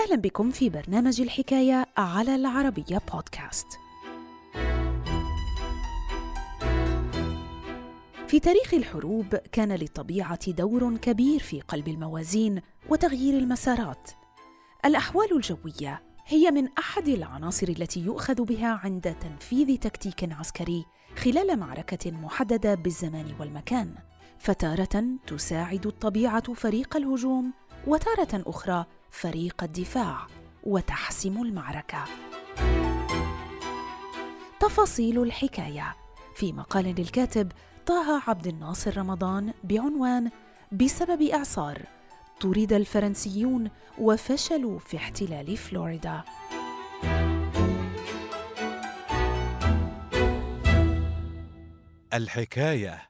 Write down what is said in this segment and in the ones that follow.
أهلا بكم في برنامج الحكاية على العربية بودكاست. في تاريخ الحروب كان للطبيعة دور كبير في قلب الموازين وتغيير المسارات. الأحوال الجوية هي من أحد العناصر التي يؤخذ بها عند تنفيذ تكتيك عسكري خلال معركة محددة بالزمان والمكان، فتارة تساعد الطبيعة فريق الهجوم وتارة أخرى فريق الدفاع وتحسم المعركة. تفاصيل الحكاية في مقال للكاتب طه عبد الناصر رمضان بعنوان بسبب إعصار طُرد الفرنسيون وفشلوا في احتلال فلوريدا. الحكاية.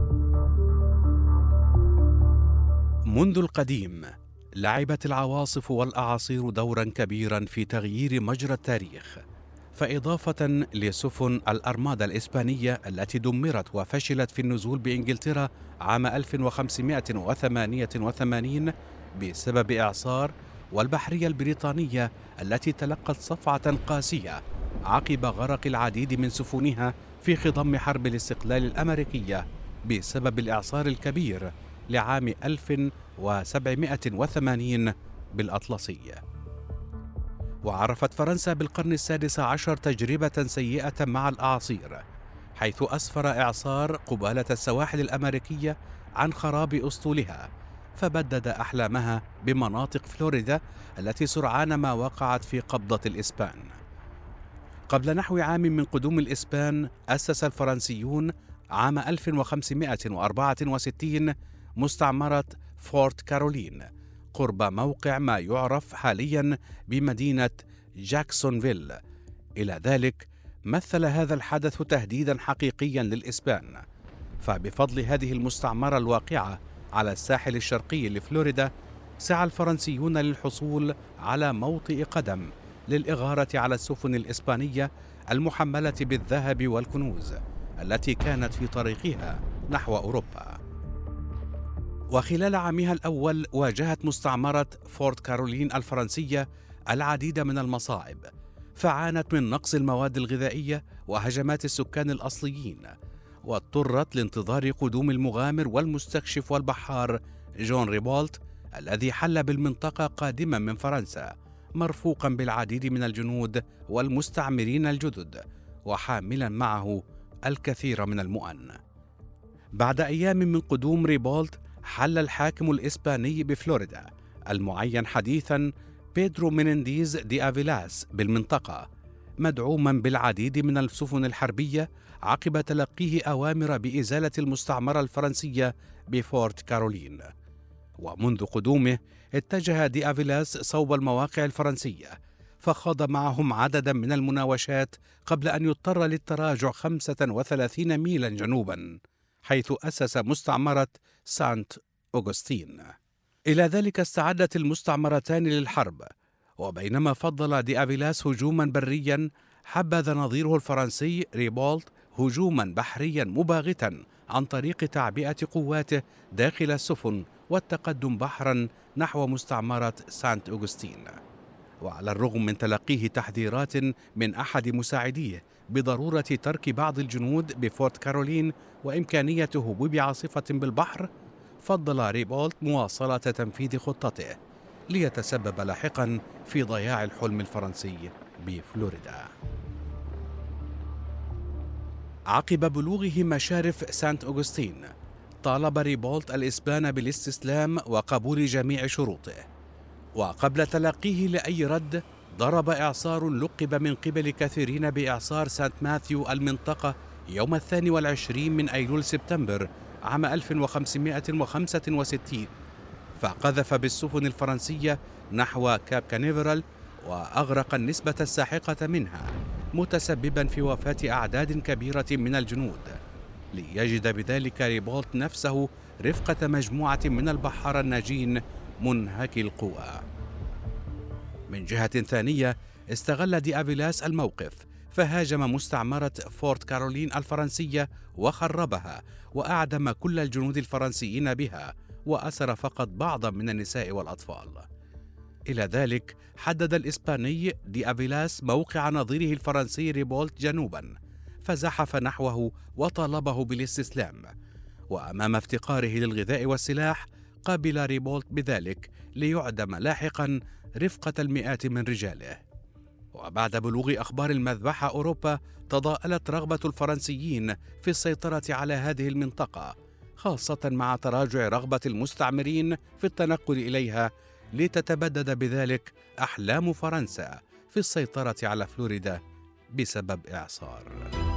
منذ القديم لعبت العواصف والأعاصير دورا كبيرا في تغيير مجرى التاريخ، فإضافة لسفن الأرمادا الإسبانية التي دمرت وفشلت في النزول بإنجلترا عام 1588 بسبب إعصار، والبحرية البريطانية التي تلقت صفعة قاسية عقب غرق العديد من سفنها في خضم حرب الاستقلال الأمريكية بسبب الإعصار الكبير لعام 1780 بالأطلسي. وعرفت فرنسا بالقرن السادس عشر تجربة سيئة مع الأعاصير، حيث أسفر إعصار قبالة السواحل الأمريكية عن خراب أسطولها، فبدد أحلامها بمناطق فلوريدا التي سرعان ما وقعت في قبضة الإسبان. قبل نحو عام من قدوم الإسبان أسس الفرنسيون عام 1564 مستعمرة فورت كارولين قرب موقع ما يعرف حالياً بمدينة جاكسونفيل. إلى ذلك مثل هذا الحدث تهديداً حقيقياً للإسبان، فبفضل هذه المستعمرة الواقعة على الساحل الشرقي لفلوريدا سعى الفرنسيون للحصول على موطئ قدم للإغارة على السفن الإسبانية المحملة بالذهب والكنوز التي كانت في طريقها نحو أوروبا. وخلال عامها الأول واجهت مستعمرة فورت كارولين الفرنسية العديد من المصاعب، فعانت من نقص المواد الغذائية وهجمات السكان الأصليين، واضطرت لانتظار قدوم المغامر والمستكشف والبحار جون ريبولت الذي حل بالمنطقة قادما من فرنسا مرفوقا بالعديد من الجنود والمستعمرين الجدد، وحاملا معه الكثير من المؤن. بعد أيام من قدوم ريبولت حل الحاكم الإسباني بفلوريدا المعين حديثاً بيدرو مينينديز دي أفيلاس بالمنطقة، مدعوماً بالعديد من السفن الحربية عقب تلقيه أوامر بإزالة المستعمرة الفرنسية بفورت كارولين. ومنذ قدومه اتجه دي أفيلاس صوب المواقع الفرنسية، فخاض معهم عدداً من المناوشات قبل أن يضطر للتراجع 35 ميلاً جنوباً، حيث أسس مستعمرة سانت أوغسطين. إلى ذلك استعدت المستعمرتان للحرب، وبينما فضل دي أفيلاس هجوما بريا، حبذ نظيره الفرنسي ريبولت هجوما بحريا مباغتا عن طريق تعبئة قواته داخل السفن والتقدم بحرا نحو مستعمرة سانت أوغسطين. وعلى الرغم من تلقيه تحذيرات من أحد مساعديه بضرورة ترك بعض الجنود بفورت كارولين وإمكانية هبوب عاصفة بالبحر، فضل ريبولت مواصلة تنفيذ خطته ليتسبب لاحقا في ضياع الحلم الفرنسي بفلوريدا. عقب بلوغه مشارف سانت أوغسطين طالب ريبولت الإسبان بالاستسلام وقبول جميع شروطه، وقبل تلقيه لأي رد ضرب إعصار لقب من قبل كثيرين بإعصار سانت ماثيو المنطقة يوم 22 من أيلول سبتمبر عام 1565، فقذف بالسفن الفرنسية نحو كاب كانيفرال وأغرق النسبة الساحقة منها، متسببا في وفاة أعداد كبيرة من الجنود، ليجد بذلك ريبولت نفسه رفقة مجموعة من البحارة الناجين منهكي القوى. من جهة ثانية استغل دي أفيلاس الموقف، فهاجم مستعمرة فورت كارولين الفرنسية وخربها، وأعدم كل الجنود الفرنسيين بها، وأسر فقط بعضا من النساء والأطفال. إلى ذلك حدد الإسباني دي أفيلاس موقع نظيره الفرنسي ريبولت جنوباً، فزحف نحوه وطالبه بالاستسلام، وأمام افتقاره للغذاء والسلاح قابل ريبولت بذلك ليعدم لاحقاً رفقة المئات من رجاله. وبعد بلوغ أخبار المذبحة أوروبا، تضاءلت رغبة الفرنسيين في السيطرة على هذه المنطقة، خاصة مع تراجع رغبة المستعمرين في التنقل إليها، لتتبدد بذلك أحلام فرنسا في السيطرة على فلوريدا بسبب إعصار.